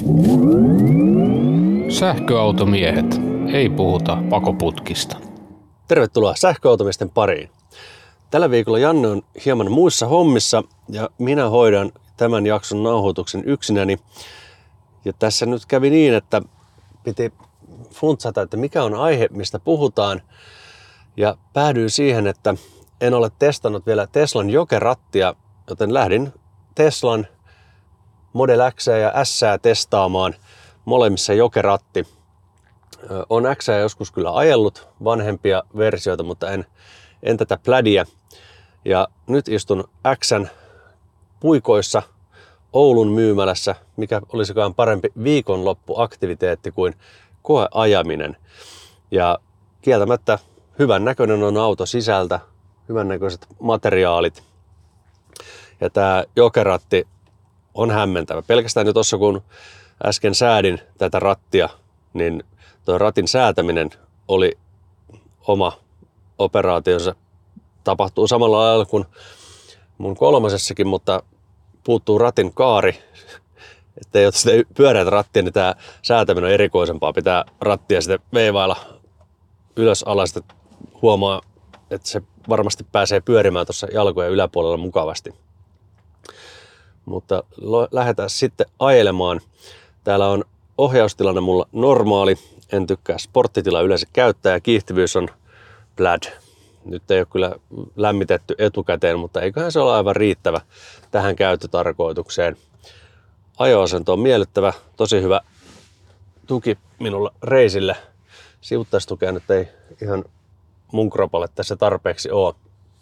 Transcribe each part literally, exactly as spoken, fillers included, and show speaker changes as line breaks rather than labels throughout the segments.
Sähköautomiehet. Ei puhuta pakoputkista.
Tervetuloa sähköautomiesten pariin. Tällä viikolla Janne on hieman muissa hommissa ja minä hoidan tämän jakson nauhoituksen yksinäni. Ja tässä nyt kävi niin, että piti funtsata, että mikä on aihe, mistä puhutaan. Ja päädyin siihen, että en ole testannut vielä Teslan Jokerattia, joten lähdin Teslan Model X ja S testaamaan molemmissa Jokeratti. On X joskus kyllä ajellut vanhempia versioita, mutta en, en tätä plädiä. Ja nyt istun X:n puikoissa Oulun myymälässä, mikä olisikaan parempi viikonloppuaktiviteetti kuin koeajaminen. Ja kieltämättä hyvän näköinen on auto sisältä, hyvän näköiset materiaalit. Ja tämä Jokeratti on hämmentävä. Pelkästään jo tuossa kun äsken säädin tätä rattia, niin tuo ratin säätäminen oli oma operaationsa. Tapahtuu samalla lailla kuin mun kolmasessakin, mutta puuttuu ratin kaari. Että ei ole sitä pyöreitä rattia, niin tämä säätäminen on erikoisempaa. Pitää rattia sitten veivailla ylös alas, että huomaa, että se varmasti pääsee pyörimään tuossa jalkojen yläpuolella mukavasti. Mutta lähdetään sitten ajelemaan. Täällä on ohjaustilanne mulla normaali. En tykkää sporttitila yleensä käyttää ja kiihtyvyys on pläd. Nyt ei ole kyllä lämmitetty etukäteen, mutta eiköhän se ole aivan riittävä tähän käyttötarkoitukseen. Ajoasento on miellyttävä, tosi hyvä tuki minulla reisille. Sivuttaistukea nyt ei ihan mun kropalle tässä tarpeeksi ole.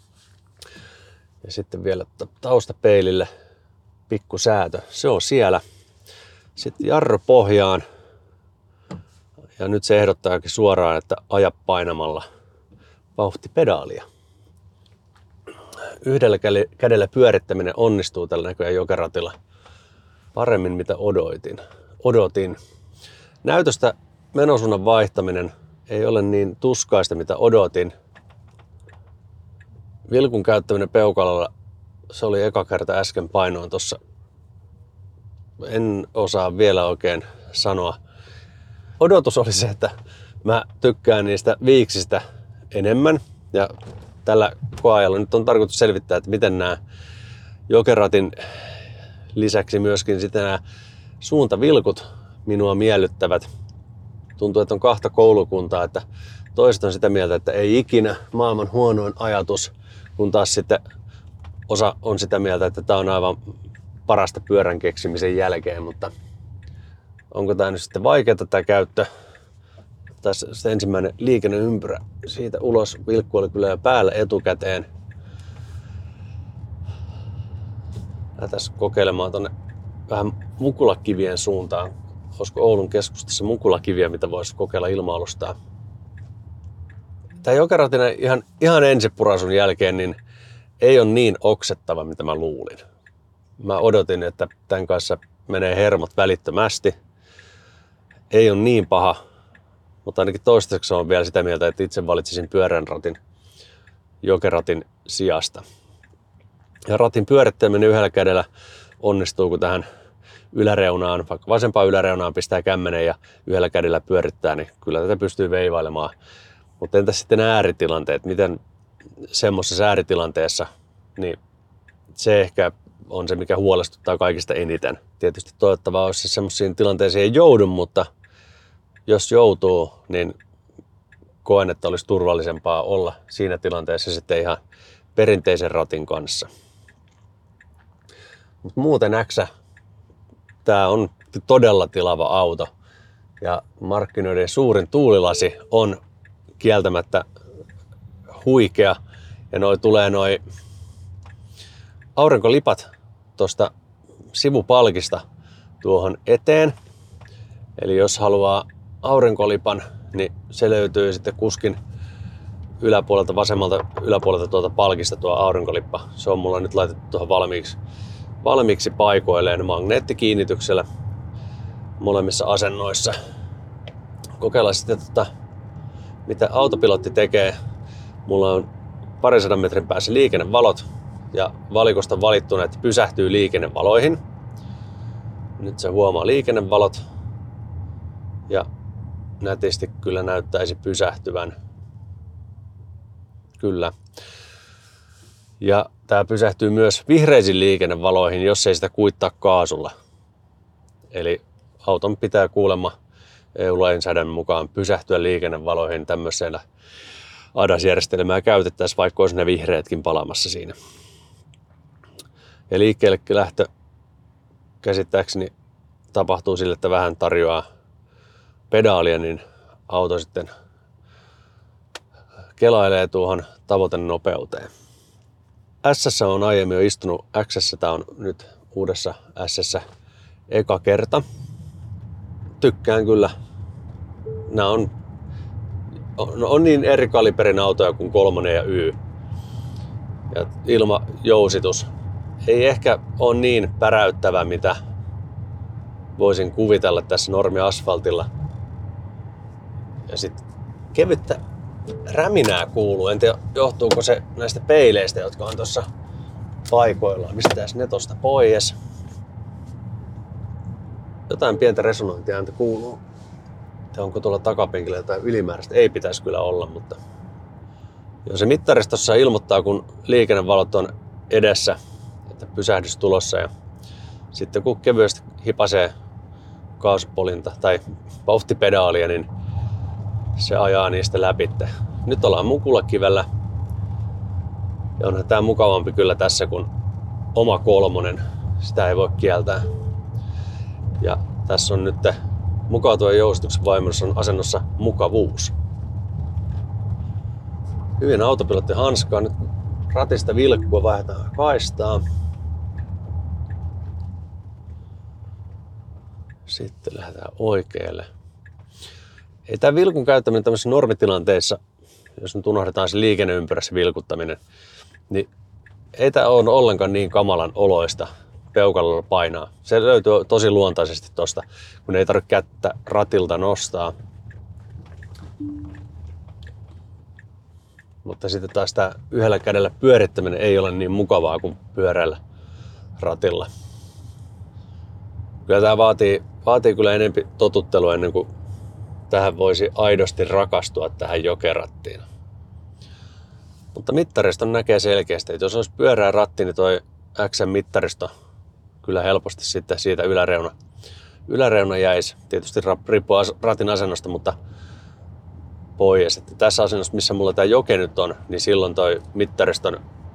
Ja sitten vielä taustapeilille pikku säätö, se on siellä. Sitten jarru pohjaan. Ja nyt se ehdottaakin suoraan, että aja painamalla vauhtipedaalia. Yhdellä kädellä pyörittäminen onnistuu tällä näköjään Jokeratilla paremmin mitä odotin. odotin. Näytöstä menosuunnan vaihtaminen ei ole niin tuskaista mitä odotin. Vilkun käyttäminen peukalolla, se oli eka kerta äsken painoin tuossa. En osaa vielä oikein sanoa. Odotus oli se, että mä tykkään niistä viiksistä enemmän. Ja tällä koeajalla nyt on tarkoitus selvittää, että miten nämä Jokeratin lisäksi myöskin sitten nämä suuntavilkut minua miellyttävät. Tuntuu, että on kahta koulukuntaa, että toiset on sitä mieltä, että ei ikinä maailman huonoin ajatus, kun taas sitten osa on sitä mieltä, että tämä on aivan parasta pyörän keksimisen jälkeen, mutta onko tämä nyt sitten vaikeaa tämä käyttö? Tässä se ensimmäinen liikenneympyrä siitä ulos, vilkku oli kyllä jo päällä etukäteen. Lähdetään kokeilemaan tuonne vähän Mukulakivien suuntaan. Olisiko Oulun keskustassa Mukulakiviä, mitä voisi kokeilla ilma-alustaa. Tämä Jokeratinen ihan, ihan ensipuraisun jälkeen niin ei ole niin oksettava, mitä mä luulin. Mä odotin, että tämän kanssa menee hermot välittömästi. Ei ole niin paha, mutta ainakin toistaiseksi on vielä sitä mieltä, että itse valitsisin pyörän ratin Jokeratin sijasta. Ja ratin pyörittäminen yhdellä kädellä onnistuu, kun tähän yläreunaan, vaikka vasempaan yläreunaan pistää kämmenen ja yhdellä kädellä pyörittää, niin kyllä tätä pystyy veivailemaan. Mutta entäs sitten ääritilanteet, miten semmoisessa ääritilanteessa, niin se ehkä on se, mikä huolestuttaa kaikista eniten. Tietysti toivottavaa olisi, että semmoisiin tilanteisiin ei joudu, mutta jos joutuu, niin koen, että olisi turvallisempaa olla siinä tilanteessa sitten ihan perinteisen ratin kanssa. Mut muuten X, tämä on todella tilava auto ja markkinoiden suurin tuulilasi on kieltämättä huikea ja noi tulee noi aurinkolipat tuosta sivupalkista tuohon eteen. Eli jos haluaa aurinkolipan, niin se löytyy sitten kuskin yläpuolelta, vasemmalta yläpuolelta tuolta palkista tuo aurinkolippa. Se on mulla nyt laitettu tuohon valmiiksi, valmiiksi paikoilleen magneettikiinnityksellä molemmissa asennoissa. Kokeillaan sitten, tota, mitä autopilotti tekee. Mulla on parisadan metrin päässä liikennevalot ja valikosta valittuna, että pysähtyy liikennevaloihin. Nyt se huomaa liikennevalot ja nätisti kyllä näyttäisi pysähtyvän. Kyllä. Ja tää pysähtyy myös vihreisiin liikennevaloihin, jos ei sitä kuittaa kaasulla. Eli auton pitää kuulemma E U-lainsäädännön mukaan pysähtyä liikennevaloihin tämmöisellä A D A S-järjestelmää käytettäisiin, vaikka olisi ne vihreätkin palamassa siinä. Ja liikkeelle lähtö käsittääkseni tapahtuu sille, että vähän tarjoaa pedaalia, niin auto sitten kelailee tuohon tavoitenopeuteen. S:ssä on aiemmin jo istunut, X:ssä tää on nyt uudessa S:ssä eka kerta. Tykkään kyllä. Nämä on, on, on niin eri kaliberin autoja kuin kolmonen ja Y. Ja ilmajousitus ei ehkä ole niin päräyttävä, mitä voisin kuvitella tässä normiasfaltilla. Ja sitten kevyttä räminää kuuluu. En tiedä, johtuuko se näistä peileistä, jotka on tuossa paikoillaan. Mistetään ne tosta pois. Jotain pientä resonointia ääntä kuuluu. Ja onko tuolla takapenkillä jotain ylimääräistä? Ei pitäisi kyllä olla, mutta jo se mittaristossa ilmoittaa, kun liikennevalot on edessä, että pysähdys tulossa. Ja sitten kun kevyesti hipasee kaasupolinta tai vauhtipedaalia, niin se ajaa niistä läpitte. Nyt ollaan Mukulakivellä. Ja onhan tää mukavampi kyllä tässä kuin oma kolmonen. Sitä ei voi kieltää. Ja tässä on nyt mukautuvan jousituksen vaimennus on asennossa mukavuus. Hyvin autopilotti hanskaa. Nyt ratista vilkkua vaihdetaan kaistaa. Sitten lähdetään oikealle. Ei tämä vilkun käyttäminen tämmöisissä normitilanteissa, jos nyt unohdetaan se liikenneympyrässä vilkuttaminen, niin ei tämä ole ollenkaan niin kamalan oloista peukalolla painaa. Se löytyy tosi luontaisesti tosta, kun ei tarvitse kättä ratilta nostaa. Mutta sitten taas tämä yhdellä kädellä pyörittäminen ei ole niin mukavaa kuin pyöräillä ratilla. Kyllä tämä vaatii, vaatii kyllä enempi totuttelua ennen kuin tähän voisi aidosti rakastua tähän jokerattiin. Mutta mittaristo näkee selkeästi, että jos olisi pyöreä ratti, niin toi X-mittaristo kyllä helposti sitten siitä yläreuna, yläreuna jäisi. Tietysti riippuu ratin asennosta, mutta pois. Että tässä asennossa, missä mulla tämä joke nyt on, niin silloin toi mittariston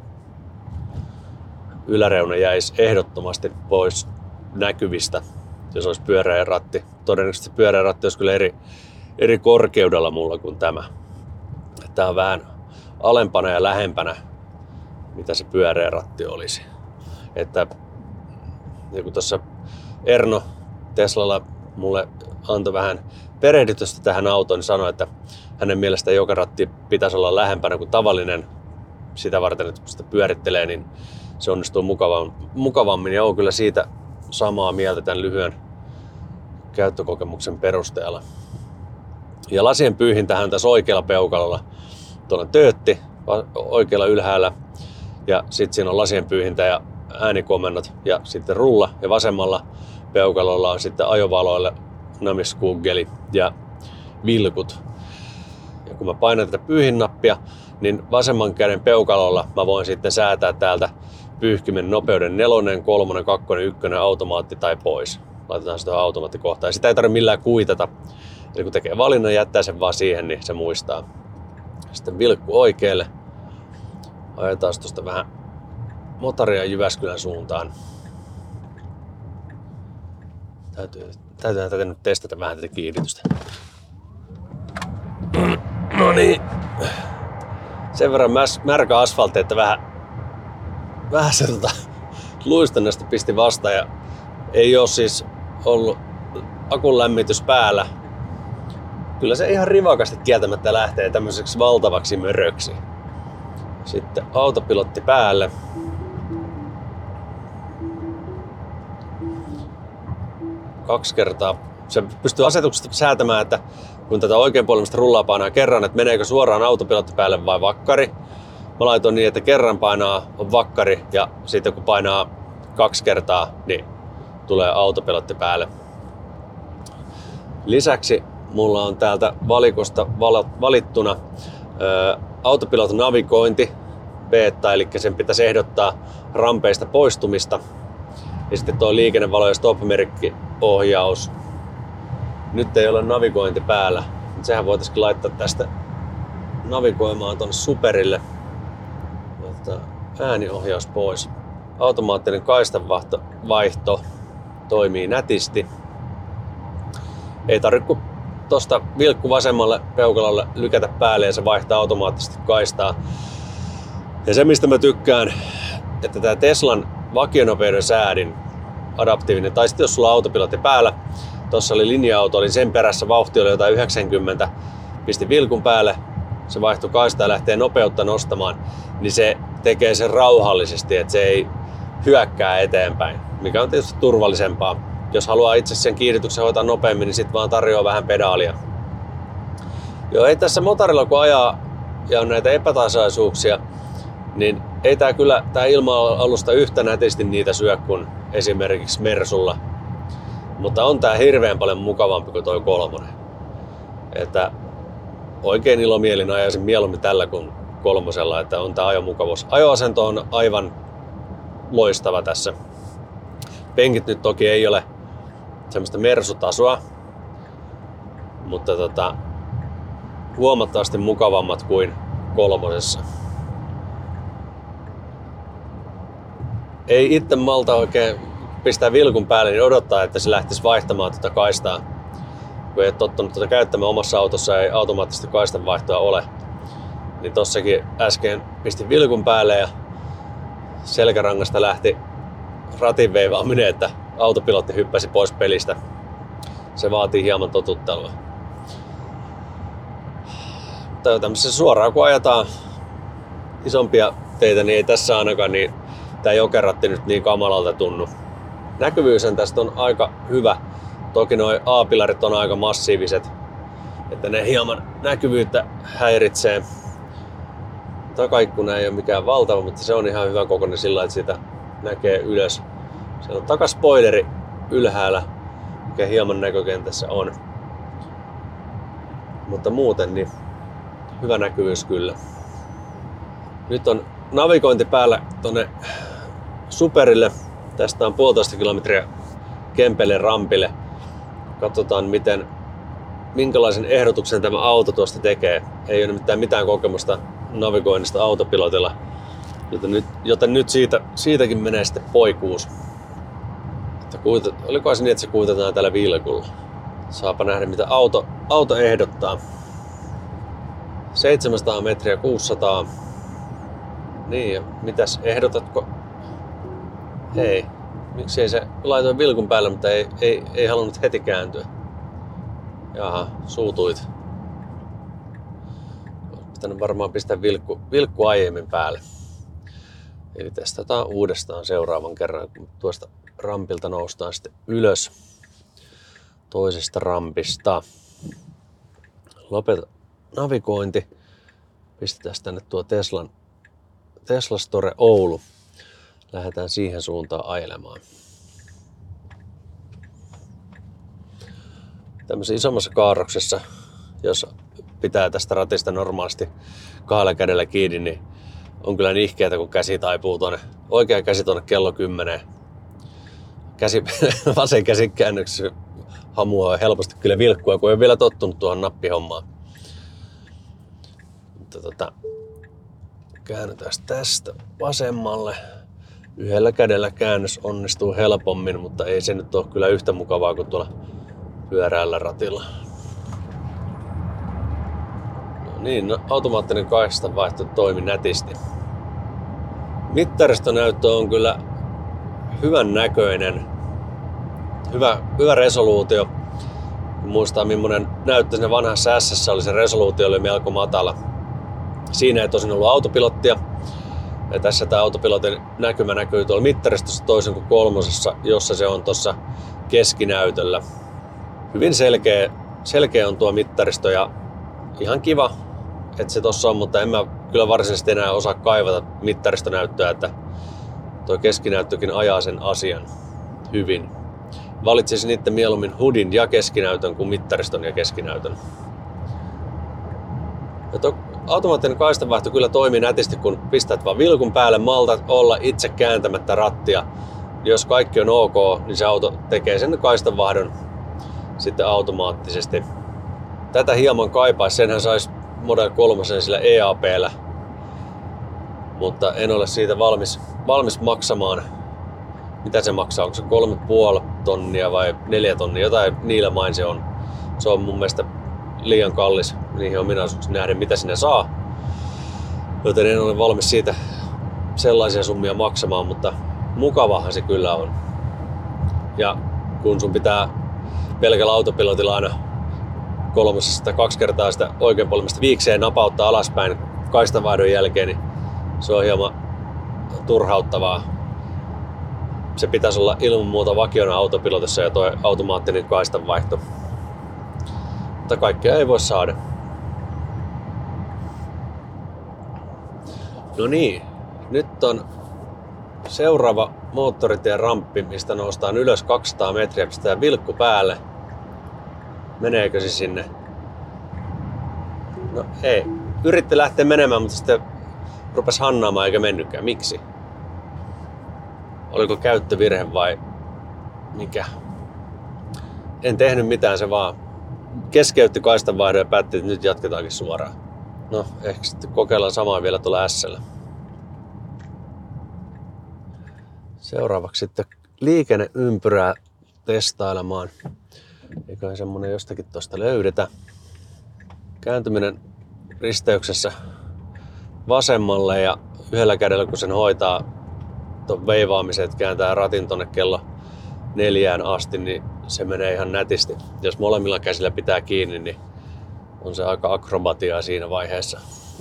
yläreuna jäisi ehdottomasti pois näkyvistä, jos olisi pyöreä ratti. Todennäköisesti pyöreä ratti olisi kyllä eri, eri korkeudella mulla kuin tämä. Tämä on vähän alempana ja lähempänä, mitä se pyöreä ratti olisi. Että niin kuin tuossa Erno Teslalla mulle antoi vähän perehdytystä tähän autoon, niin sanoi, että hänen mielestä joka ratti pitäisi olla lähempänä kuin tavallinen. Sitä varten, että kun sitä pyörittelee, niin se onnistuu mukavammin. Ja olen kyllä siitä samaa mieltä tämän lyhyen käyttökokemuksen perusteella. Ja lasien pyyhintähän tässä oikealla peukalolla. Tuolla on töötti oikealla ylhäällä ja sitten siinä on lasien pyyhintä ja äänikomennot ja sitten rulla. Ja vasemmalla peukalolla on sitten ajovaloille namiskuuggeli ja vilkut. Ja kun mä painan tätä pyyhinnappia, niin vasemman käden peukalolla mä voin sitten säätää täältä pyyhkimen nopeuden nelonen, kolmonen, kakkonen, ykkönen, automaatti tai pois. Laitetaan se tuohon automaattikohtaan. Ja sitä ei tarvitse millään kuitata. Eli kun tekee valinnan, jättää sen vaan siihen, niin se muistaa. Sitten vilkku oikealle. Ajetaan tuosta vähän motaria Jyväskylän suuntaan. Täytyy, täytyy tätä nyt testata vähän tätä kiihdytystä. No niin. Sen verran märkä asfaltti, että vähän, vähän se tota, luistannasta pisti vastaan. Ja ei ole siis ollut akun lämmitys päällä. Kyllä se ihan rivakasti kieltämättä lähtee tämmöiseksi valtavaksi möröksi. Sitten autopilotti päälle. Kaksi kertaa. Se pystyy asetuksesta säätämään, että kun tätä oikeanpuolimista rullaa painaa kerran, että meneekö suoraan autopilotti päälle vai vakkari. Mä laitoin niin, että kerran painaa on vakkari ja sitten kun painaa kaksi kertaa, niin tulee autopilotti päälle. Lisäksi mulla on täältä valikosta valittuna ää, autopilotin navigointi beta, eli sen pitäisi ehdottaa rampeista poistumista. Ja sitten tuo liikennevalo- ja stop-merkkiohjaus. Nyt ei ole navigointi päällä, mutta sehän voitaisiin laittaa tästä navigoimaan tuonne Superille. Mutta ääniohjaus pois. Automaattinen kaistanvaihto vaihto toimii nätisti. Ei tarvitse kuin tuosta vilkku vasemmalle peukalolle lykätä päälle ja se vaihtaa automaattisesti kaistaa. Ja se mistä mä tykkään, että tää Teslan vakionopeuden säädin adaptiivinen, tai sitten jos sulla on autopilotti päällä, tossa oli linja-auto, oli sen perässä vauhti oli jotain yhdeksänkymmentä, pisti vilkun päälle, se vaihtui kaistaa ja lähtee nopeutta nostamaan, niin se tekee sen rauhallisesti, että se ei hyökkää eteenpäin, mikä on tietysti turvallisempaa. Jos haluaa itse sen kiihdytyksen hoitaa nopeammin, niin sit vaan tarjoaa vähän pedaalia. Joo, ei tässä motorilla kun ajaa ja on näitä epätasaisuuksia, niin ei tää kyllä tää ilma-alusta yhtä nätisti niitä syö kuin esimerkiksi Mersulla. Mutta on tää hirveän paljon mukavampi kuin toi kolmonen. Että oikein ilomielin ajaisin mieluummin tällä kuin kolmosella, että on tää ajomukavuus. Ajoasento on aivan loistava tässä. Penkit nyt toki ei ole semmoista Mersu-tasoa, mutta tota, huomattavasti mukavammat kuin kolmosessa. Ei itse malta oikein pistää vilkun päälle, niin odottaa, että se lähtisi vaihtamaan tuota kaistaa. Kun ei ole tottunut tuota käyttämään omassa autossa, ei automaattisesti kaistanvaihtoa ole. Niin tossakin äsken pistin vilkun päälle ja selkärangasta lähti ratin veivaaminen, että autopilotti hyppäsi pois pelistä. Se vaatii hieman totuttelua. Mutta tämmöisessä suoraan kun ajetaan isompia teitä, niin ei tässä ainakaan niin tää jokeratti nyt niin kamalalta tunnu. Näkyvyyshän tästä on aika hyvä. Toki nuo A-pilarit on aika massiiviset, että ne hieman näkyvyyttä häiritsee. Takaikkuna ei ole mikään valtava, mutta se on ihan hyvä kokoinen sillä, että siitä näkee ylös. Siellä on takaspoileri ylhäällä, mikä hieman näkökentässä on. Mutta muuten niin hyvä näkyvyys kyllä. Nyt on navigointi päällä tonne Superille. Tästä on puolitoista kilometriä Kempeleen rampille. Katsotaan miten, minkälaisen ehdotuksen tämä auto tuosta tekee. Ei ole nimittäin mitään kokemusta navigoinnista autopilotilla. Joten nyt, joten nyt siitä, siitäkin menee sitten poikuus. Että kuitet, olikohan se niin, että se kuitetaan tällä vilkulla. Saapa nähdä mitä auto, auto ehdottaa. seitsemänsataa metriä, kuusisataa. Niin ja mitäs ehdotatko? Ei. Miksi ei se laitoin vilkun päälle, mutta ei, ei, ei halunnut heti kääntyä. Jaha, suutuit. Pitänyt varmaan pistää vilkku, vilkku aiemmin päälle. Eli testataan uudestaan seuraavan kerran, kun tuosta rampilta noustaan sitten ylös toisesta rampista. Lopeta navigointi. Pistetään tänne tuo Teslan Tesla Store Oulu. Lähdetään siihen suuntaan ajelemaan. Tämmöisessä isommassa kaarroksessa, jos pitää tästä ratista normaalisti kahdella kädellä kiinni, niin on kyllä nihkeetä, kun käsi taipuu tuonne, oikea käsi tuonne kello kymmeneen. Käsi, vasen käsi käännöksessä hamuaa helposti kyllä vilkkua, kun ei ole vielä tottunut tuohon nappihommaan. Mutta tota, käännytään tästä vasemmalle. Yhdellä kädellä käännös onnistuu helpommin, mutta ei se nyt ole kyllä yhtä mukavaa kuin tuolla pyöräällä ratilla. No niin, no, automaattinen kaistanvaihto toimi nätisti. Mittaristonäyttö on kyllä hyvän näköinen. Hyvä, hyvä resoluutio. Kun muistaa millainen näyttö siinä vanhassa S:ssä oli, se resoluutio oli melko matala. Siinä ei tosin ollut autopilottia. Ja tässä tämä autopilotin näkymä näkyy tuolla mittaristossa toisin kuin kolmosessa, jossa se on tuossa keskinäytöllä. Hyvin selkeä, selkeä on tuo mittaristo ja ihan kiva, että se tossa on, mutta en mä kyllä varsinaisesti enää osaa kaivata mittaristonäyttöä, että tuo keskinäyttökin ajaa sen asian hyvin. Valitsisin itse mieluummin hudin ja keskinäytön kuin mittariston ja keskinäytön. Ja to, automaattinen kaistanvaihto kyllä toimii nätisti, kun pistät vaan vilkun päälle, maltat olla itse kääntämättä rattia. Jos kaikki on ok, niin se auto tekee sen kaistanvaihdon sitten automaattisesti. Tätä hieman kaipaisi, senhän saisi Model kolme sillä E A P:llä, mutta en ole siitä valmis, valmis maksamaan. Mitä se maksaa? Onko se kolme pilkku viisi tonnia vai neljä tonnia? Jotain niillä main se on. Se on mun mielestä liian kallis niihin ominaisuuksiin nähden, mitä sinne saa. Joten en ole valmis siitä sellaisia summia maksamaan, mutta mukavahan se kyllä on. Ja kun sun pitää pelkällä autopilotilla aina kolmosesta kaksi kertaa sitä oikeanpuolimasta viikseen napauttaa alaspäin kaistanvaihdon jälkeen, niin se on hieman turhauttavaa. Se pitäisi olla ilman muuta vakiona autopilotissa ja tuo automaattinen kaistanvaihto. Mutta kaikkea ei voi saada. No niin, nyt on seuraava moottoritien ramppi, mistä noustaan ylös kaksisataa metriä, pistetään vilkku päälle. Meneekö se sinne? No ei. Yritti lähteä menemään, mutta sitten rupesi hannaamaan eikä mennytkään. Miksi? Oliko käyttövirhe vai mikä? En tehnyt mitään, se vaan keskeytti kaistanvaihdon ja päätti, että nyt jatketaankin suoraan. No, ehkä sitten kokeillaan samaa vielä tuolla S:llä. Seuraavaksi sitten liikenneympyrää testailemaan. Eiköhän semmonen jostakin tuosta löydetä. Kääntyminen risteyksessä vasemmalle ja yhdellä kädellä kun sen hoitaa ton veivaamisen, että kääntää ratin tonne kello neljään asti, niin se menee ihan nätisti. Jos molemmilla käsillä pitää kiinni, niin on se aika akrobatiaa siinä vaiheessa.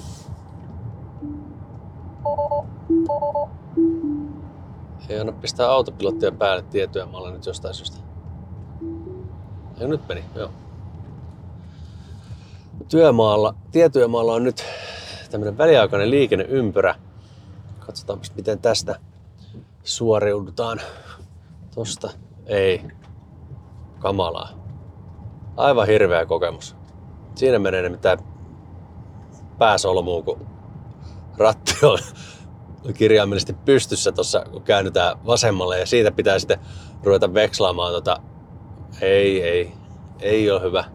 Ei anna pistää autopilottia päälle tietyömaalla nyt jostain syystä. Ja nyt meni, joo. Työmaalla, tietyömaalla on nyt tämmönen väliaikainen liikenneympyrä. Katsotaanpa miten tästä suoriudutaan. Tosta ei. Kamalaa. Aivan hirveä kokemus. Siinä menee nimittäin pääsolmuun, kun ratti on kirjaimellisesti pystyssä tossa, kun käännytään vasemmalle ja siitä pitää sitten ruveta vekslaamaan tota. Ei, ei. Ei ole hyvä.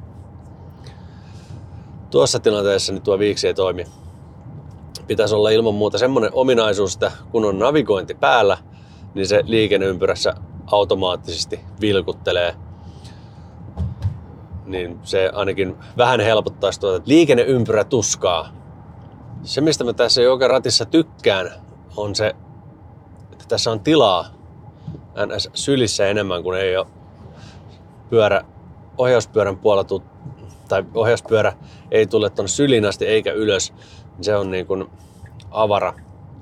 Tuossa tilanteessa nyt tuo viiksi ei toimi. Pitäisi olla ilman muuta semmoinen ominaisuus, että kun on navigointi päällä, niin se liikenneympyrässä automaattisesti vilkuttelee. Niin se ainakin vähän helpottaisi tuota liikenneympyrä tuskaa. Se mistä mä tässä joka ratissa tykkään on se, että tässä on tilaa N S sylissä enemmän kuin ei ole pyörä, ohjauspyörän puolella tai ohjauspyörä ei tule tuonne syliin asti eikä ylös. Se on niin kuin avara.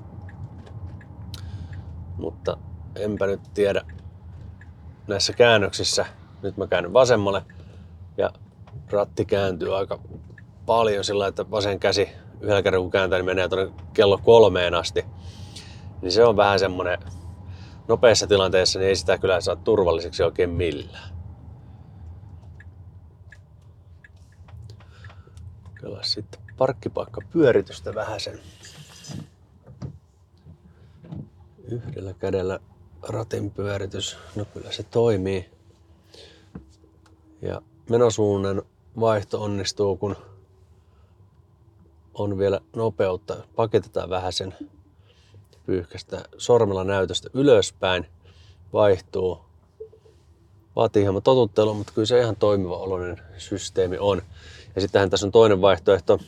Mutta enpä nyt tiedä näissä käännöksissä. Nyt mä käännyn vasemmalle ja ratti kääntyy aika paljon sillä, että vasen käsi yhdellä kerralla kun kääntää, niin menee tuonne kello kolmeen asti. Niin se on vähän semmonen nopeissa tilanteissa, niin ei sitä kyllä saa turvalliseksi oikein millään. Kyllä sitten parkkipaikkapyöritystä vähäsen. Yhdellä kädellä ratin pyöritys, no kyllä se toimii. Ja menosuunnan vaihto onnistuu, kun on vielä nopeutta. Paketetaan vähäsen, pyyhkästään sormella näytöstä ylöspäin, vaihtuu. Vaatii hieman totuttelua, mutta kyllä se ihan toimiva oloinen systeemi on. Ja sittenhän tässä on toinen vaihtoehto.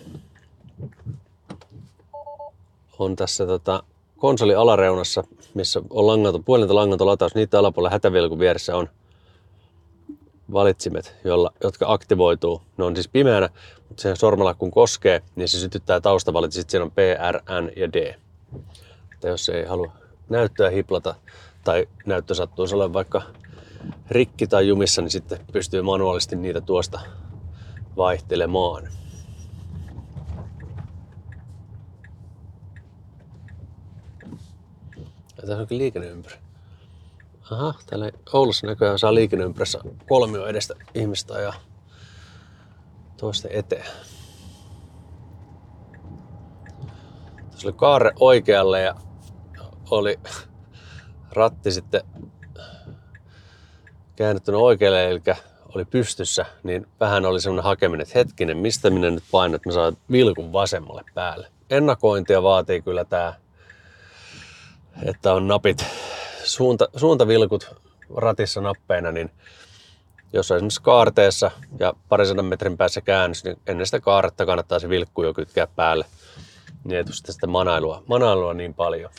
On tässä tota konsolin alareunassa, missä on langaton, puolinta langaton lataus. Niitä alapuolella hätävilkun vieressä on valitsimet, jolla, jotka aktivoituu. Ne on siis pimeänä, mutta sen sormella kun koskee, niin se sytyttää taustavalitsi. Sitten siellä on P, R, N ja D. Että jos ei halua näyttöä hiplata tai näyttö sattuisi olemaan vaikka rikki tai jumissa, niin sitten pystyy manuaalisesti niitä tuosta vaihtelemaan. Ja tässä onkin liikenneympyrä. Aha, täällä Oulussa näköjään saa liikenneympyrässä kolmio edestä ihmistä ja toisten eteen. Tässä oli kaarre oikealle ja oli ratti sitten käännettynä oikealle, eli oli pystyssä, niin vähän oli semmoinen hakeminen, että hetkinen, mistä minä nyt painan, että mä saan vilkun vasemmalle päälle. Ennakointia vaatii kyllä tää, että on napit, suunta, suuntavilkut ratissa nappeina, niin jos on esimerkiksi kaarteessa ja parisadan metrin päässä käännös, niin ennen sitä kaaretta kannattaa se vilkku jo kytkeä päälle. Niin ei tule sitä manailua, manailua niin paljon.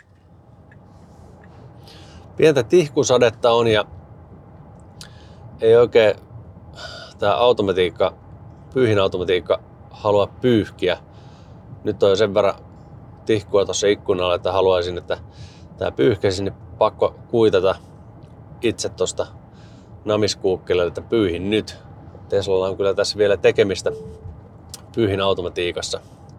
Pientä tihkusadetta on ja ei oikein tämä automatiikka, pyyhin automatiikka halua pyyhkiä. Nyt on jo sen verran tihkua tuossa ikkunalla, että haluaisin, että tämä pyyhkäisi, niin pakko kuitata itse tuosta namiskuukkelle, että pyyhin nyt. Teslalla on kyllä tässä vielä tekemistä pyyhin automatiikassa.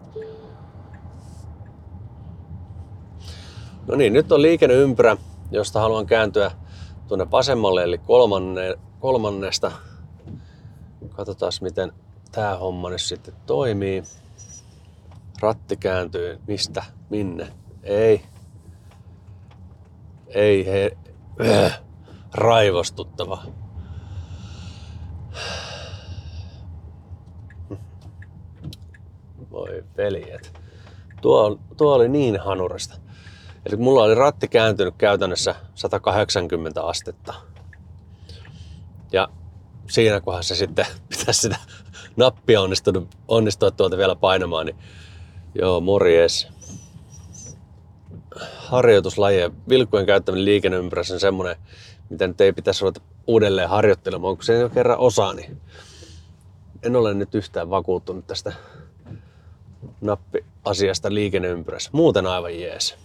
No niin, nyt on liikenneympyrä, josta haluan kääntyä tuonne vasemmalle, eli kolmanne, kolmannesta. Katsotaan, miten tää homma nyt sitten toimii. Ratti kääntyy mistä, minne? Ei. Ei he... Äh, raivostuttava. Voi veljet. Tuo, tuo oli niin hanurista. Eli mulla oli ratti kääntynyt käytännössä sata kahdeksankymmentä astetta. Ja siinä kohdassa sitten pitäisi sitä nappia onnistua tuolta vielä painamaan, niin joo, morjes. Harjoituslaji, vilkkujen käyttäminen liikenneympyrässä on semmoinen, mitä nyt ei pitäisi ruveta uudelleen harjoittelemaan, kun se ei ole kerran osaa, niin en ole nyt yhtään vakuuttunut tästä nappiasiasta liikenneympyrässä. Muuten aivan jees.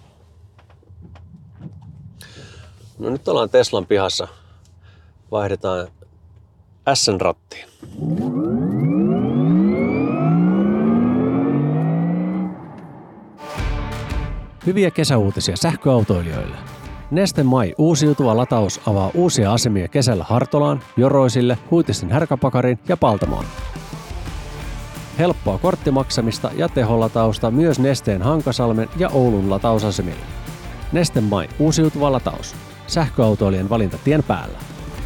No nyt ollaan Teslan pihassa. Vaihdetaan S-rattiin.
Hyviä kesäuutisia sähköautoilijoille. Neste MY uusiutuva lataus avaa uusia asemia kesällä Hartolaan, Joroisille, Huitisten Härkäpakariin ja Paltamoon. Helppoa korttimaksamista ja teholatausta myös Nesteen Hankasalmen ja Oulun latausasemilla. Neste MY uusiutuva lataus. Sähköautoilijan valinta tien päällä.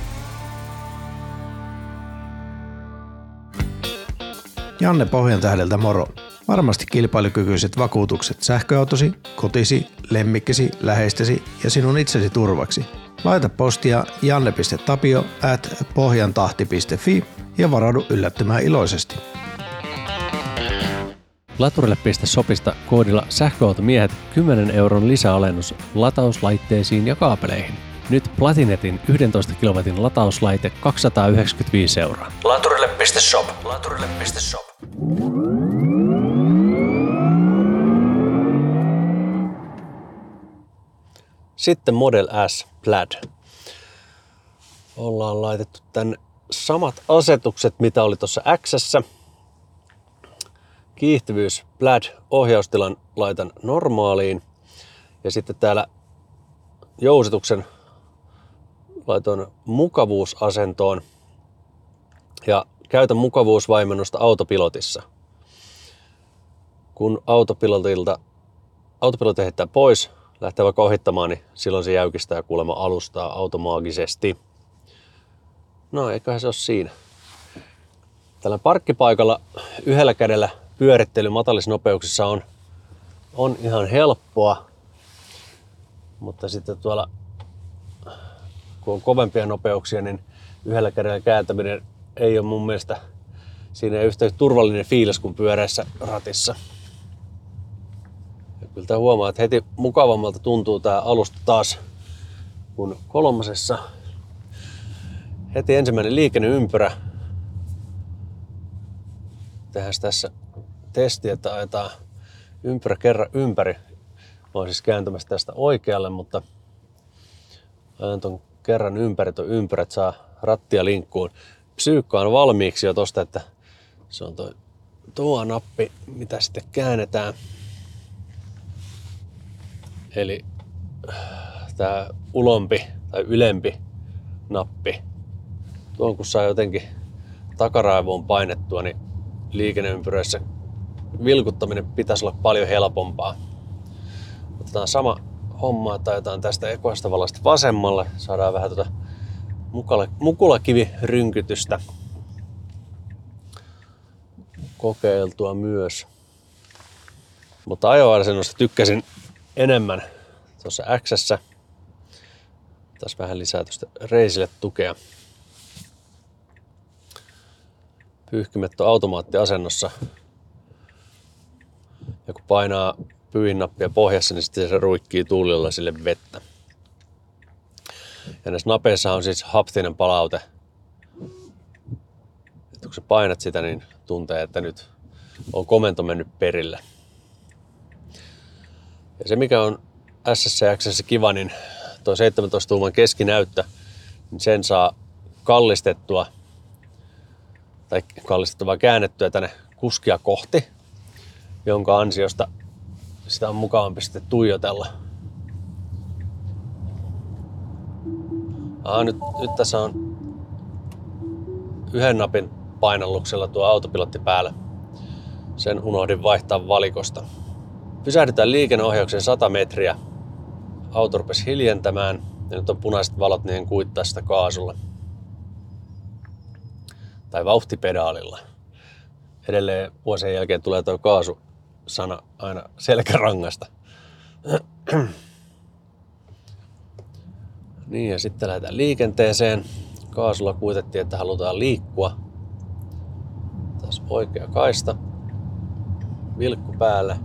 Janne Pohjantähdeltä moro. Varmasti kilpailukykyiset vakuutukset sähköautosi, kotisi, lemmikkisi, läheistesi ja sinun itsesi turvaksi. Laita postia janne piste tapio at pohjantahti piste fi ja varaudu yllättymään iloisesti.
Laturille piste shopista koodilla sähköautomiehet kymmenen euron lisäalennus latauslaitteisiin ja kaapeleihin. Nyt Platinetin yksitoista kilowatin latauslaite kaksisataayhdeksänkymmentäviisi euroa.
Laturille piste shop. Laturille piste shop.
Sitten Model S Plaid. Ollaan laitettu tänne samat asetukset, mitä oli tuossa X:ssä. Kiihtyvyys Plaid ohjaustilan laitan normaaliin. Ja sitten täällä jousituksen laitoin mukavuusasentoon. Ja käytän mukavuusvaimennusta autopilotissa. Kun autopilotilta, autopilotti heittää pois, lähtee vaikka ohittamaan, niin silloin se jäykistää kuulemma alustaa automaagisesti. No eiköhän se ole siinä. Tällä parkkipaikalla yhdellä kädellä pyörittely matalissa nopeuksissa on, on ihan helppoa. Mutta sitten tuolla, kun on kovempia nopeuksia, niin yhdellä kädellä kääntäminen ei ole mun mielestä siinä yhtä turvallinen fiilis kuin pyöreässä ratissa. Ja kyllä tää huomaa, että heti mukavammalta tuntuu tää alusta taas kuin kolmosessa. Heti ensimmäinen liikenneympyrä. Tehdään tässä testi, että ajetaan ympyrä kerran ympäri. Mä oon siis kääntymässä tästä oikealle, mutta ajan ton kerran ympäri ton ympyrät, saa rattia linkkuun. Psyykka on valmiiksi jo tosta, että se on toi tuo nappi, mitä sitten käännetään. Eli tää ulompi tai ylempi nappi. Tuon kun saa jotenkin takaraivoon painettua, niin liikenneympyröissä vilkuttaminen pitäisi olla paljon helpompaa. Otetaan sama homma, että ajetaan tästä ekoista valasta vasemmalle. Saadaan vähän tuota mukulakivirynkytystä kokeiltua myös. Mutta ajoasennosta tykkäsin enemmän tuossa X:ssä. Tässä vähän lisää tuosta reisille tukea. Pyyhkimet on automaattiasennossa. Ja kun painaa pyyhinnappia pohjassa, niin sitten se ruikkii tuulilla sille vettä. Ja näissä napeissa on siis haptinen palaute. Että kun sä painat sitä, niin tuntee, että nyt on komento mennyt perille. Ja se mikä on S ja X:ssä kiva, niin tuo seitsemäntoista tuuman keskinäyttö, niin sen saa kallistettua tai kallistettua käännettyä tänne kuskia kohti, jonka ansiosta sitä on mukavampi sitten tuijotella. Aha, nyt, nyt tässä on yhden napin painalluksella tuo autopilotti päällä. Sen unohdin vaihtaa valikosta. Pysähdytään liikenneohjauksen sata metriä. Auto rupesi hiljentämään ja nyt on punaiset valot, niin kuittaa sitä kaasulla. Tai vauhtipedaalilla. Edelleen vuosien jälkeen tulee tuo kaasu-sana aina selkärangasta. Niin ja sitten lähdetään liikenteeseen. Kaasulla kuitettiin, että halutaan liikkua. Tässä oikea kaista. Vilkku päälle.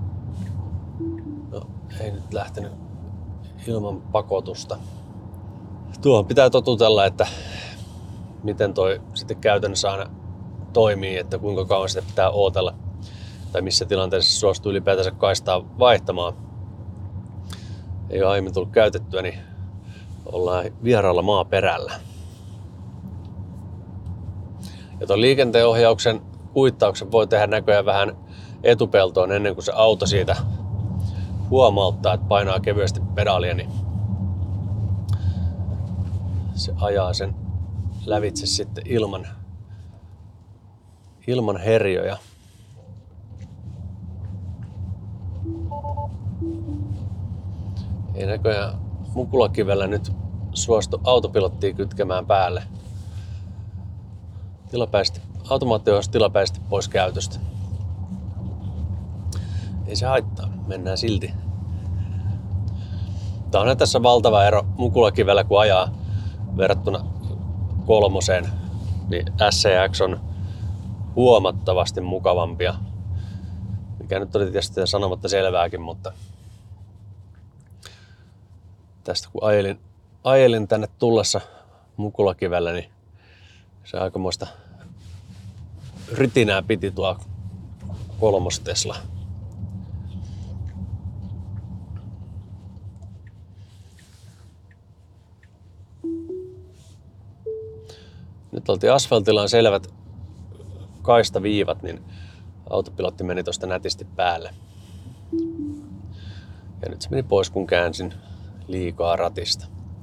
No ei nyt lähtenyt ilman pakotusta. Tuohon pitää totutella, että miten toi sitten käytännössä aina toimii, että kuinka kauan sitä pitää ootella. Tai missä tilanteessa suostuu ylipäätänsä kaistaa vaihtamaan. Ei ole aiemmin tullut käytettyä, niin ollaan vieraalla maaperällä. Ja tuon liikenteenohjauksen kuittauksen voi tehdä näköjään vähän etupeltoon ennen kuin se auto siitä huomauttaa, että painaa kevyesti pedaalia, niin se ajaa sen lävitse sitten ilman, ilman herjoja. Ei näköjään mukulakivellä nyt suostu autopilottia kytkemään päälle. Tilapäisesti, automaattiohjaus tilapäisesti pois käytöstä. Ei se haittaa, mennään silti. Tää on tässä valtava ero mukulakivellä kun ajaa verrattuna kolmoseen, niin S ja X on huomattavasti mukavampia. Mikä nyt oli tietysti sanomatta selvääkin, mutta tästä kun ajelin, ajelin tänne tullessa mukulakivellä, niin se aikamoista rytinää piti tuo kolmos Tesla. Nyt oltiin asfaltilla on selvät kaistaviivat, niin autopilotti meni tosta nätisti päälle. Ja nyt se meni pois kun käänsin liikaa ratista.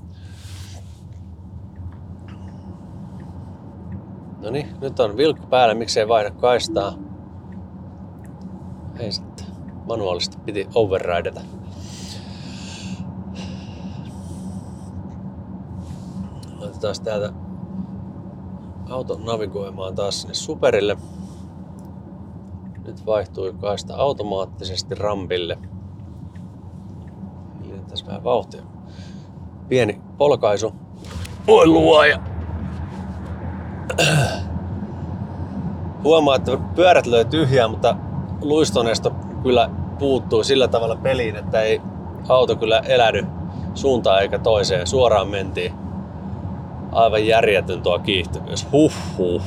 No niin, nyt on vilkku päällä, miksei vaihda kaistaa. Ei sitten, manuaalisesti piti overrideta. Otetaan täältä auto navigoimaan taas sinne superille. Nyt vaihtui kaista automaattisesti rampille. Tässä vähän vauhtia. Pieni polkaisu. Voi luoja! Huomaa, että pyörät löi tyhjää, mutta luistonesto kyllä puuttuu sillä tavalla peliin, että ei auto kyllä elädy suuntaan eikä toiseen. Suoraan mentiin. Aivan järjetön tuo kiihtyvyys. Huhhuh.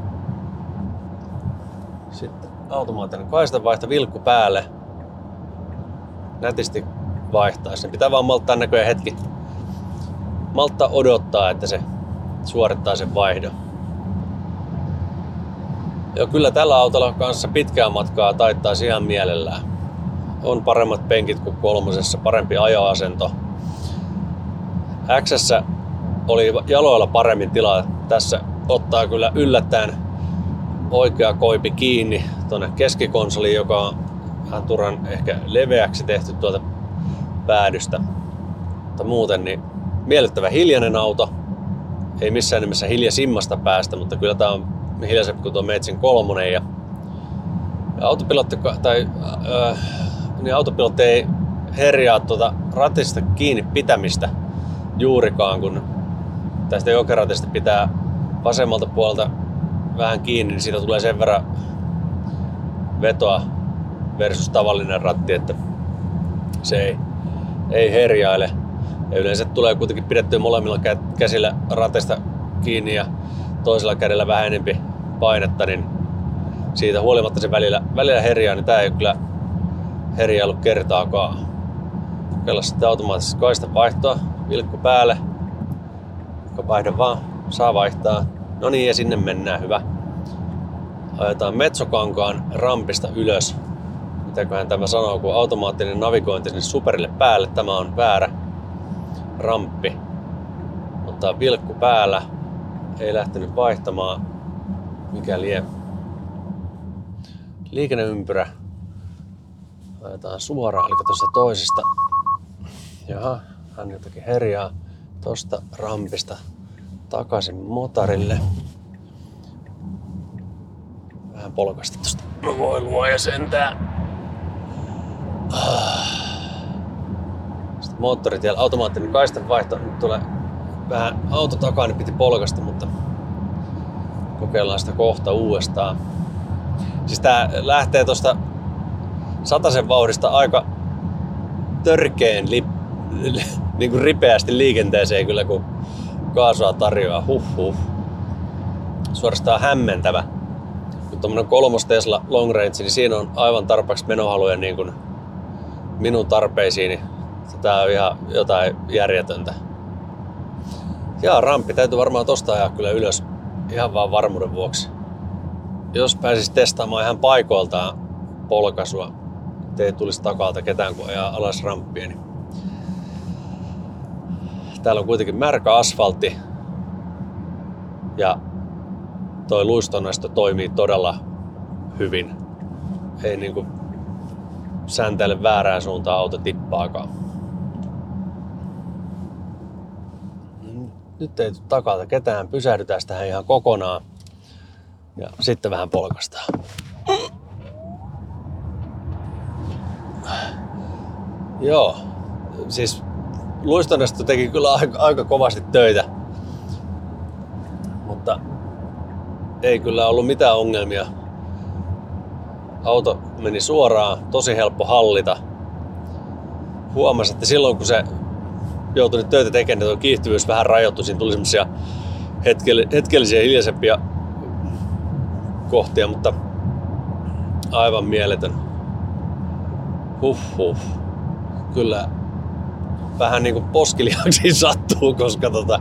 Sitten automaattinen kaistanvaihto, vilkku päälle. Nätisti vaihtaa. Sen pitää vaan malttaa näköjään hetki. Malttaa odottaa, että se suorittaa sen vaihdon. Ja kyllä tällä autolla kanssa pitkää matkaa taittaa ihan mielellään. On paremmat penkit kuin kolmosessa, parempi ajoasento. X:ssä oli jaloilla paremmin tilaa. Tässä ottaa kyllä yllättäen oikea koipi kiinni tuonne keskikonsoliin, joka on vähän turhan ehkä leveäksi tehty tuolta päädystä. Mutta muuten niin miellyttävä hiljainen auto. Ei missään nimessä hiljasimmasta päästä, mutta kyllä tää on hiljaisempi kuin tuo Meitsin kolmonen. Ja, ja autopilotti, tai, äh, niin autopilotti ei herjaa tuota ratista kiinni pitämistä juurikaan, kun tästä jokeratista pitää vasemmalta puolelta vähän kiinni, niin siitä tulee sen verran vetoa versus tavallinen ratti, että se ei, ei herjaile. Ja yleensä tulee kuitenkin pidettyä molemmilla käsillä ratista kiinni ja toisella kädellä vähän enempi painetta, niin siitä huolimatta se välillä, välillä herjaa, niin tää ei kyllä herjailu kertaakaan. Kokeillaan sitten automaattisesti kaistan vaihtoa, vilkku päälle, vaihda vaan, saa vaihtaa. No niin, ja sinne mennään, hyvä. Ajetaan Metsokankaan rampista ylös. Mitäköhän tämä sanoo, kun automaattinen navigointi sinne superille päälle. Tämä on väärä ramppi. Ottaa vilkku päällä. Ei lähtenyt vaihtamaan. Mikä lie? Liikenneympyrä. Ajetaan suoraan, eli tuosta toisesta. Jaha, hän jotakin herjaa tosta rampista takaisin motorille. Vähän polkasti tosta. No voi luoja sentään. Sitten moottoritiellä automaattinen kaistanvaihto. Nyt tulee vähän auto takaa, niin piti polkasta, mutta kokeillaan sitä kohta uudestaan. Siis tää lähtee tosta satasen vauhdista aika törkeen li, li, niin kuin ripeästi liikenteeseen kyllä, kun kaasua tarjoaa. Huh huh. Suorastaan hämmentävä. Kun tommonen kolmos Tesla long range, niin siinä on aivan tarpeeksi menohaluja niin kuin minun tarpeisiin. Niin tää on ihan jotain järjetöntä. Jaa, ramppi täytyy varmaan tosta ajaa kyllä ylös ihan vaan varmuuden vuoksi. Jos pääsis testaamaan ihan paikoiltaan polkaisua, ettei tulisi takalta ketään kun ajaa alas ramppia, niin täällä on kuitenkin märkä asfaltti ja toi luistonaisto toimii todella hyvin. Ei niinku säntäile väärään suuntaan auto tippaakaan. Nyt ei tule takalta ketään, pysähdytään tähän ihan kokonaan ja sitten vähän polkastaan. Joo, siis luistonaisto teki kyllä aika, aika kovasti töitä, mutta ei kyllä ollut mitään ongelmia. Auto meni suoraan, tosi helppo hallita. Huomasi, että silloin kun se joutui nyt töitä tekemään, niin tuo kiihtyvyys vähän rajoittui. Siinä tuli semmosia hetkellisiä hiljaisempia kohtia, mutta aivan mieletön. Huh huh. Kyllä vähän niinku poskilihaksiin sattuu, koska tota,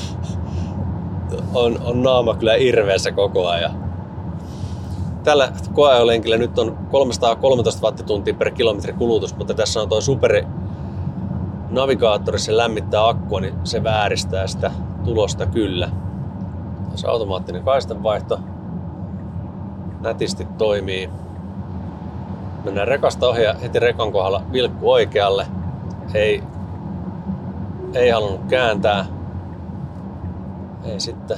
on, on naama kyllä irveessä koko ajan. Tällä koeajolenkillä nyt on kolmesataakolmetoista wattituntia per kilometri kulutus, mutta tässä on tuo superi navigaattori, se lämmittää akkua, niin se vääristää sitä tulosta kyllä. Tässä automaattinen kaistanvaihto nätisti toimii. Mennään rekasta ohi ja heti rekan kohdalla vilkku oikealle. Ei, ei halunnut kääntää. Ei sitten.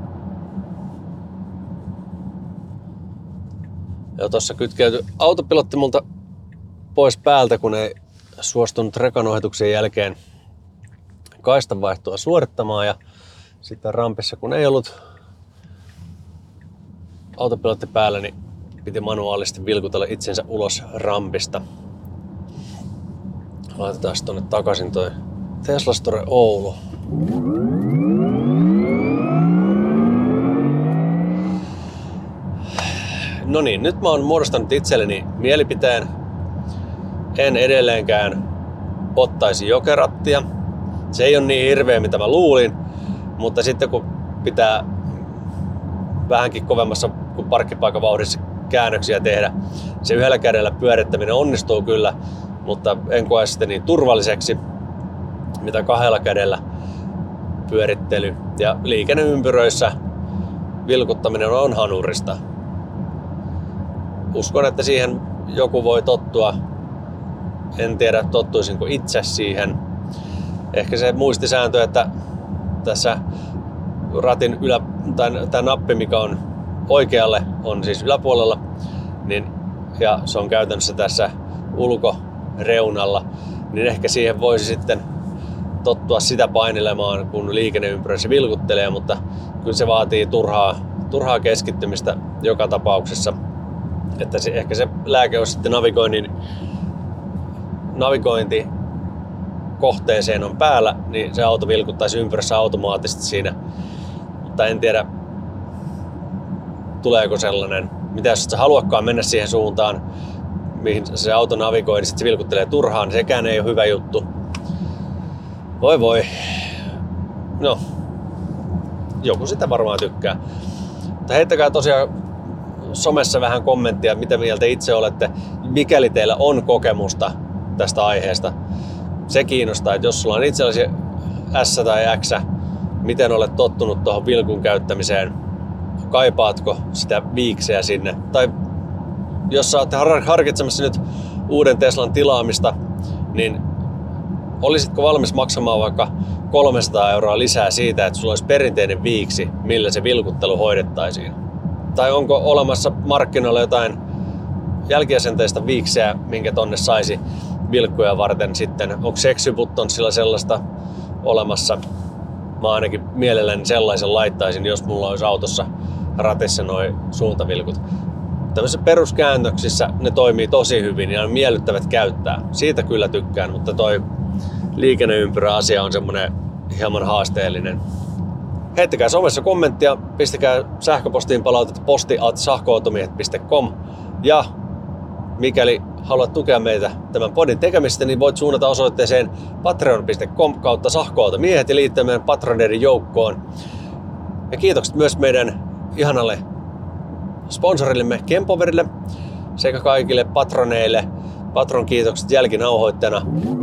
Ja tossa kytkeytyi autopilotti multa pois päältä, kun ei suostunut rekan ohituksen jälkeen kaistanvaihtoa suorittamaan. Ja sitten rampissa, kun ei ollut autopilotti päällä, niin piti manuaalisesti vilkutella itsensä ulos rampista. Laitetaan tonne takaisin toi Tesla Store Oulu. No niin, nyt mä oon muodostanut itselleni mielipiteen. En edelleenkään ottaisi jokerattia. Se ei ole niin hirveä, mitä mä luulin, mutta sitten kun pitää vähänkin kovemmassa kuin parkkipaikan vauhdissa käännöksiä tehdä, se yhdellä kädellä pyörittäminen onnistuu kyllä, mutta en koe sitä niin turvalliseksi, mitä kahdella kädellä. pyörittely ja liikenneympyröissä vilkuttaminen on hanurista. Uskon, että siihen joku voi tottua. En tiedä, tottuisinko itse siihen. Ehkä se muistisääntö, että tässä ratin ylä, tai tämä nappi, mikä on oikealle, on siis yläpuolella, niin, ja se on käytännössä tässä ulkoreunalla, niin ehkä siihen voisi sitten tottua sitä painelemaan, kun liikenneympyröissä vilkuttelee, mutta kyllä se vaatii turhaa, turhaa keskittymistä joka tapauksessa. Että se, ehkä se lääke olisi sitten navigoinnin, navigointi kohteeseen on päällä, niin se auto vilkuttaisi ympyrässä automaattisesti siinä. Mutta en tiedä, tuleeko sellainen. Mitä jos et sä haluakaan mennä siihen suuntaan, mihin se auto navigoi, niin sitten se vilkuttelee turhaan. Sekään ei ole hyvä juttu. Voi voi. No, joku sitä varmaan tykkää. Mutta heittäkää tosiaan somessa vähän kommenttia, mitä mieltä itse olette, mikäli teillä on kokemusta tästä aiheesta. Se kiinnostaa, että jos sulla on itsellesi S tai X, miten olet tottunut tuohon vilkun käyttämiseen, kaipaatko sitä viikseä sinne, tai jos sä olette harkitsemassa nyt uuden Teslan tilaamista, niin olisitko valmis maksamaan vaikka kolmesataa euroa lisää siitä, että sulla olisi perinteinen viiksi, millä se vilkuttelu hoidettaisiin? Tai onko olemassa markkinoilla jotain jälkiasenteista viikseä, minkä tonne saisi vilkkuja varten sitten? Onko Sexy-Buttonsilla sellaista olemassa? Mä ainakin mielelläni sellaisen laittaisin, jos mulla olisi autossa ratissa noi suuntavilkut. Tämmöisissä peruskäännöksissä ne toimii tosi hyvin ja on miellyttävät käyttää. Siitä kyllä tykkään, mutta toi liikenneympyrä-asia on semmonen hieman haasteellinen. Heittäkää somessa kommenttia, pistäkää sähköpostiin palautetta posti at sähköautomiehet piste com ja mikäli haluat tukea meitä tämän podin tekemistä, niin voit suunnata osoitteeseen patreon piste com kautta sähköautomiehet ja liittyä meidän patroneiden joukkoon. Ja kiitokset myös meidän ihanalle sponsorillemme Kempoverille sekä kaikille patroneille. Patron kiitokset jälkinauhoitteena.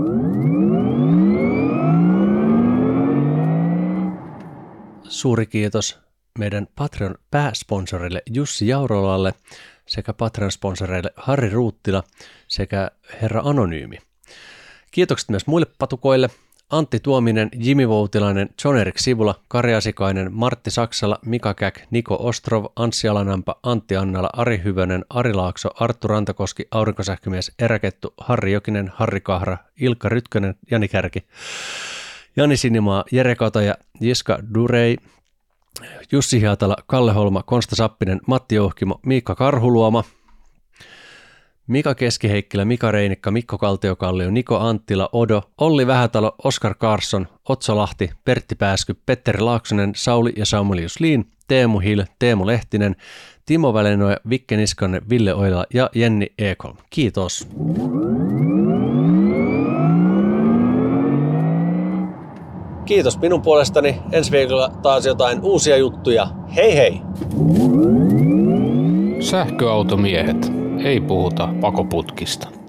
Suuri kiitos meidän Patreon pääsponsorille Jussi Jaurolalle sekä Patreon-sponsoreille Harri Ruuttila sekä Herra Anonyymi. Kiitokset myös muille patukoille: Antti Tuominen, Jimi Voutilainen, John-Erik Sivula, Kari Asikainen, Martti Saksala, Mika Käk, Niko Ostrov, Anssi Alanampa, Antti Annala, Ari Hyvönen, Ari Laakso, Arttu Rantakoski, Aurinkosähkömies, Eräkettu, Harri Jokinen, Harri Kahra, Ilkka Rytkönen, Jani Kärki, Jani Sinimaa, Jere Kataja, Jiska Durei, Jussi Hiatala, Kalle Holma, Konsta Sappinen, Matti Jouhkimo, Miikka Karhuluoma, Mika Keskiheikkilä, Mika Reinikka, Mikko Kaltiokallio, Niko Anttila, Odo, Olli Vähätalo, Oskar Karsson, Otso Lahti, Pertti Pääsky, Petteri Laaksonen, Sauli ja Samuel Jusliin, Teemu Hill, Teemu Lehtinen, Timo Välenoja, Vikke Niskanen, Ville Oila ja Jenni Ekholm. Kiitos.
Kiitos minun puolestani. Ensi viikolla taas jotain uusia juttuja. Hei hei!
Sähköautomiehet. Ei puhuta pakoputkista.